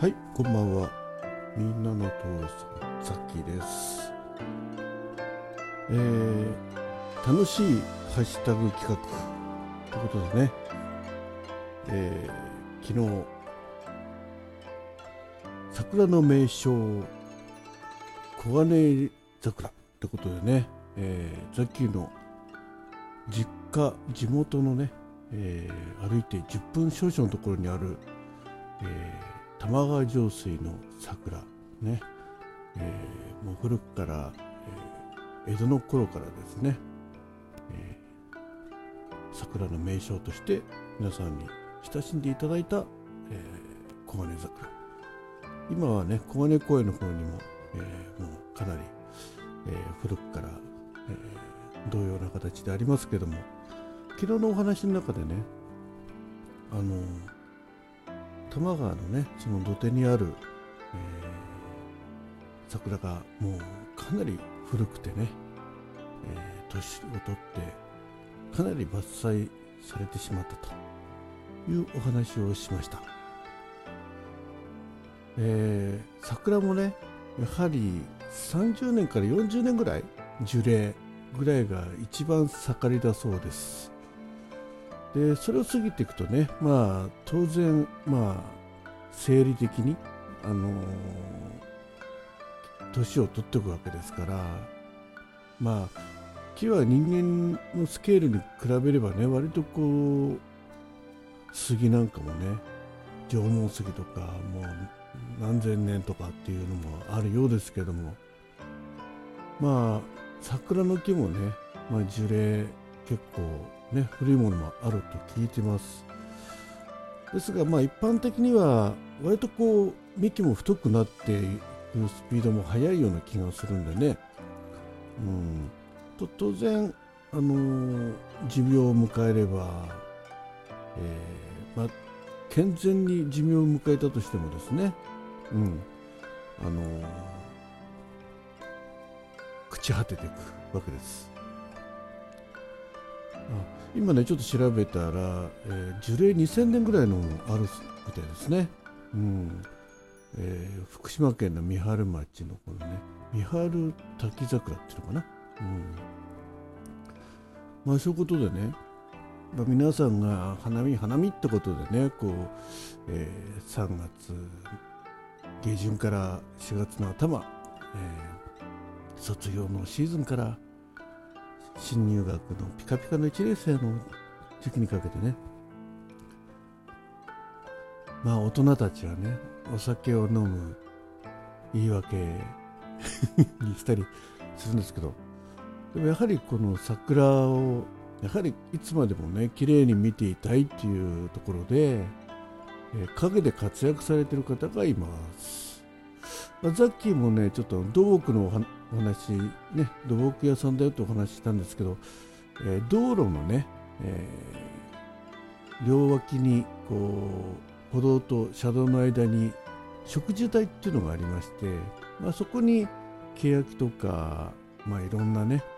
はい、こんばんは。みんなの父さん、さっきです。楽しいハッシュタグ企画ということでね、昨日、桜の名所、黄金桜ということでね、ザッキーの実家、地元のね、歩いて10分少々のところにある、玉川上水の桜ね、もう古くから、江戸の頃からですね、桜の名所として皆さんに親しんでいただいた、黄金桜。今はね、黄金公園の方にも、もうかなり、古くから、同様な形でありますけども、昨日のお話の中でね、多摩川のね、その土手にある、桜がもうかなり古くてね、年を取ってかなり伐採されてしまったというお話をしました。桜もね、やはり30年から40年ぐらい樹齢ぐらいが一番盛りだそうです。でそれを過ぎていくとね、まあ当然、生理的に年を取っていくわけですから、木は人間のスケールに比べればね、割とこう杉なんかもね、縄文杉とかもう何千年とかっていうのもあるようですけども、桜の木もね、樹齢結構ね、古いものもあると聞いてます。ですが一般的には割とこう幹も太くなっていくスピードも速いような気がするんでね、当然寿命を迎えれば、健全に寿命を迎えたとしてもですね、朽ち果てていくわけです。今ねちょっと調べたら、樹齢2000年ぐらいのもあるみたいですね。福島県の三春町のこのね、三春滝桜っていうのかな。そういうことでね、皆さんが花見ってことでね、こう、3月下旬から4月の頭、卒業のシーズンから新入学のピカピカの1年生の時期にかけてね、大人たちはね、お酒を飲む言い訳にしたりするんですけど、でもやはりこの桜をやはりいつまでもね綺麗に見ていたいっていうところで、陰で活躍されている方がいます。ザッキーもねちょっと土木のお話ね、土木屋さんだよとお話ししたんですけど、道路のね、両脇にこう歩道と車道の間に植樹帯っていうのがありまして、そこに欅とか、いろんなね、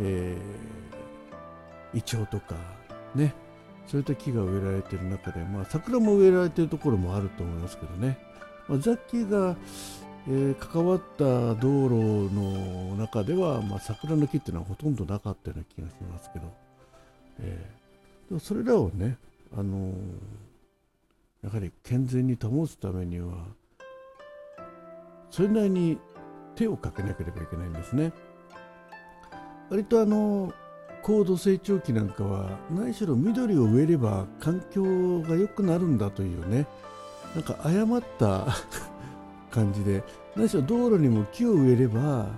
イチョウとかね、そういった木が植えられている中で、桜も植えられているところもあると思いますけどね、ザッキーが、関わった道路の中では、桜の木っていうのはほとんどなかったような気がしますけど、でもそれらをね、やはり健全に保つためにはそれなりに手をかけなければいけないんですね。割と高度成長期なんかは何しろ緑を植えれば環境が良くなるんだというね、なんか誤った感じで、何しろ道路にも木を植えれば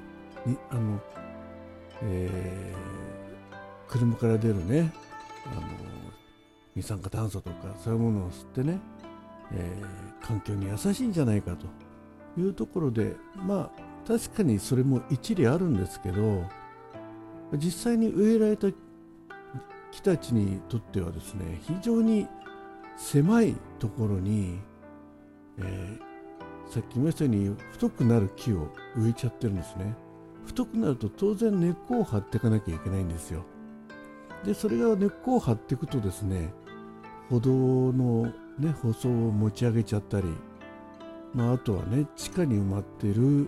車から出るね、二酸化炭素とかそういうものを吸ってね、環境に優しいんじゃないかというところで、確かにそれも一理あるんですけど、実際に植えられた木たちにとってはですね、非常に狭いところに、さっき言いましたように太くなる木を植えちゃってるんですね。太くなると当然根っこを張っていかなきゃいけないんですよ。でそれが根っこを張っていくとですね、歩道の、舗装を持ち上げちゃったり、 あとはね、地下に埋まっている、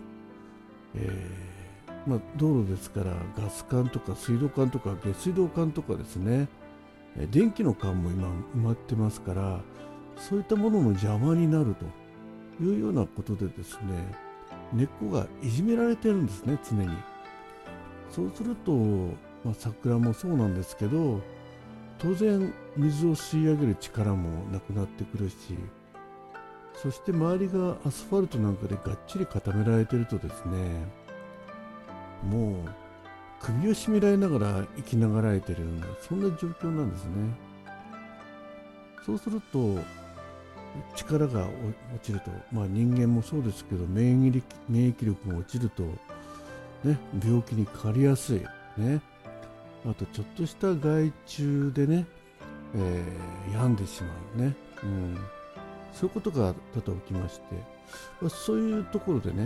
道路ですからガス管とか水道管とか下水道管とかですね、電気の管も今埋まってますから、そういったものの邪魔になるというようなことでですね、根っこがいじめられてるんですね、常に。そうすると、桜もそうなんですけど、当然水を吸い上げる力もなくなってくるし、そして周りがアスファルトなんかでがっちり固められてるとですね、もう首を絞められながら生きながらえてるような、そんな状況なんですね。そうすると力が落ちると、人間もそうですけど、免疫力も落ちると、ね、病気にかかりやすい、ね、あとちょっとした害虫でね、病んでしまうね、そういうことが多々起きまして、そういうところでね、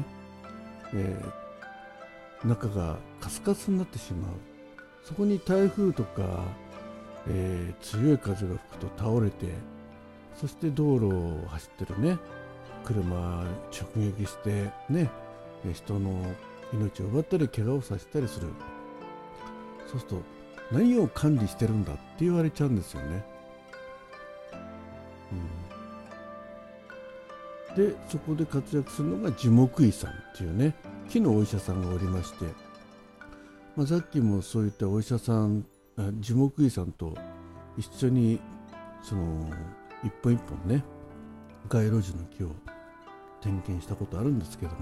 中がカスカスになってしまう。そこに台風とか、強い風が吹くと倒れて、そして道路を走ってるね、車直撃してね、人の命を奪ったり怪我をさせたりする。そうすると何を管理してるんだって言われちゃうんですよね。でそこで活躍するのが樹木医さんっていうね、木のお医者さんがおりまして、さっきもそういったお医者さん、樹木医さんと一緒にその一本一本ね、街路樹の木を点検したことあるんですけど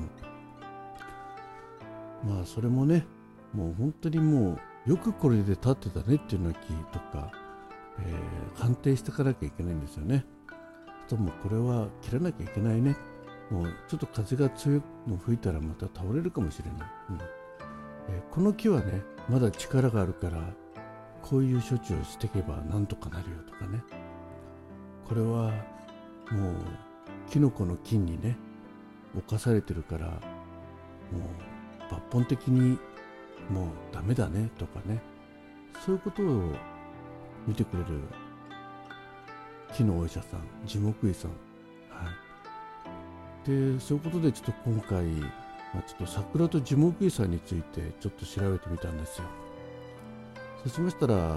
も、それもね、もう本当にもうよくこれで立ってたねっていうような木とか、鑑定していかなきゃいけないんですよね。ともこれは切らなきゃいけないね、もうちょっと風が強いの吹いたらまた倒れるかもしれない、この木はねまだ力があるからこういう処置をしていけばなんとかなるよとかね、これはもうキノコの菌にね侵されてるからもう抜本的にもうダメだねとかね、そういうことを見てくれる木のお医者さん、樹木医さん、でそういうことでちょっと今回、ちょっと桜と樹木医さんについてちょっと調べてみたんですよ。そうしましたら、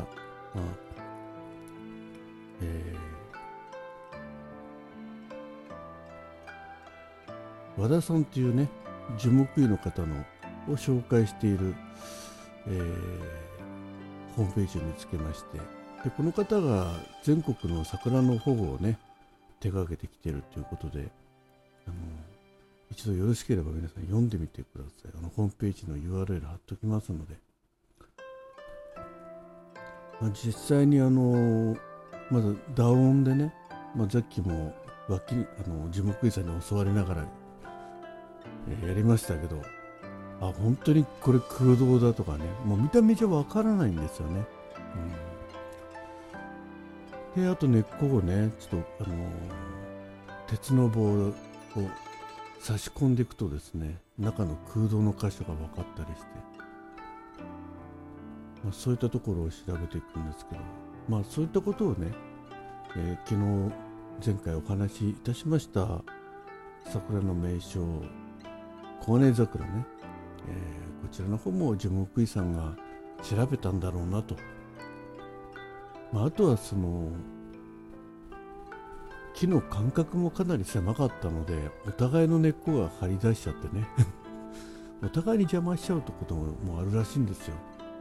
和田さんっていうね樹木医の方のを紹介している、ホームページを見つけまして、でこの方が全国の桜の保護をね手掛けてきているということで、一度よろしければ皆さん読んでみてください。ホームページの URL 貼っておきますので、実際にまず打音でね、さっきも樹木医さんに教わりながら、やりましたけど、本当にこれ空洞だとかね、もう見た目じゃわからないんですよね。であと根っこをねちょっと鉄の棒を差し込んでいくとですね、中の空洞の箇所が分かったりして、そういったところを調べていくんですけど、そういったことをね、昨日前回お話しいたしました桜の名所黄金桜ね、こちらの方も樹木医さんが調べたんだろうなと。あとはその木の間隔もかなり狭かったので、お互いの根っこが張り出しちゃってねお互いに邪魔しちゃうとこともあるらしいんですよ。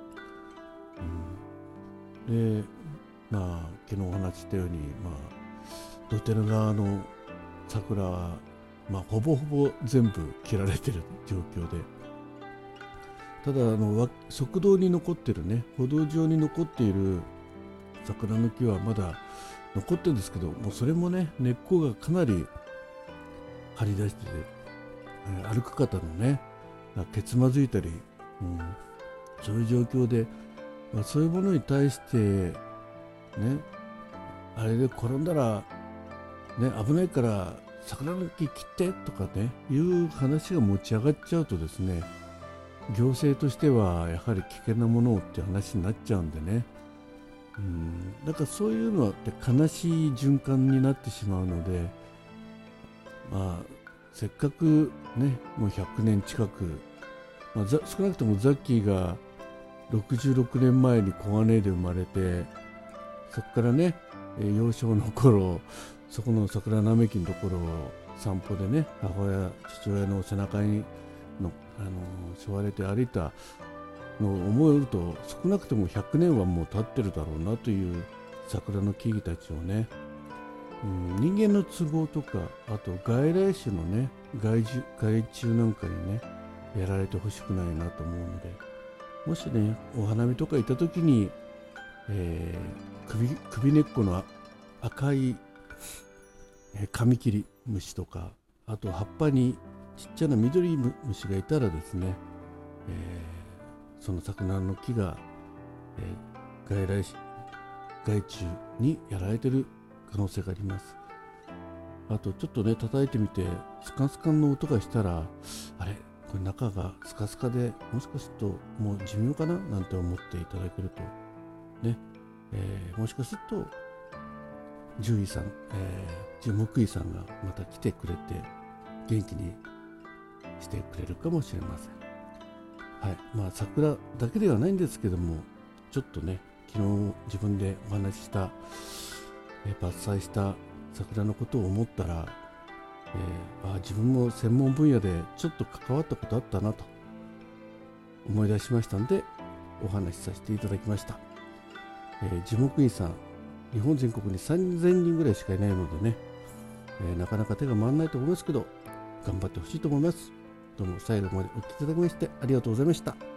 で昨日お話ししたように、土手の側の桜は、ほぼほぼ全部切られてる状況で、ただ側道に残ってるね、歩道上に残っている桜の木はまだ残ってるんですけど、もうそれもね根っこがかなり張り出してて、歩く方のねけつまずいたり、そういう状況で、そういうものに対してね、あれで転んだら、ね、危ないから桜の木切ってとかねいう話が持ち上がっちゃうとですね、行政としてはやはり危険なものって話になっちゃうんでね、だからそういうのって悲しい循環になってしまうので、 せっかくねもう100年近く、少なくともザッキーが66年前に小金井で生まれて、そこからね、幼少の頃そこの桜並木のところを散歩でね、母親父親の背中に背負われて歩いたのを思えると、少なくとも100年はもう経ってるだろうなという桜の木々たちをね、人間の都合とか、あと外来種のね害虫なんかにねやられてほしくないなと思うので、もしねお花見とか行った時に、首根っこの赤いカミキリムシとか、あと葉っぱにちっちゃな緑虫がいたらですね、その桜の木が、害虫にやられてる可能性があります。あとちょっとね叩いてみてスカスカの音がしたら、あれこれ中がスカスカでもしかするともう寿命かななんて思っていただけるとね、もしかすると獣医さん、樹木医さんがまた来てくれて元気にしてくれるかもしれません。はい、桜だけではないんですけども、ちょっとね昨日自分でお話しした、伐採した桜のことを思ったら、自分も専門分野でちょっと関わったことあったなと思い出しましたのでお話しさせていただきました。樹木医さん日本全国に3000人ぐらいしかいないのでね、なかなか手が回らないと思いますけど頑張ってほしいと思います。どうも最後までお聞きいただきましてありがとうございました。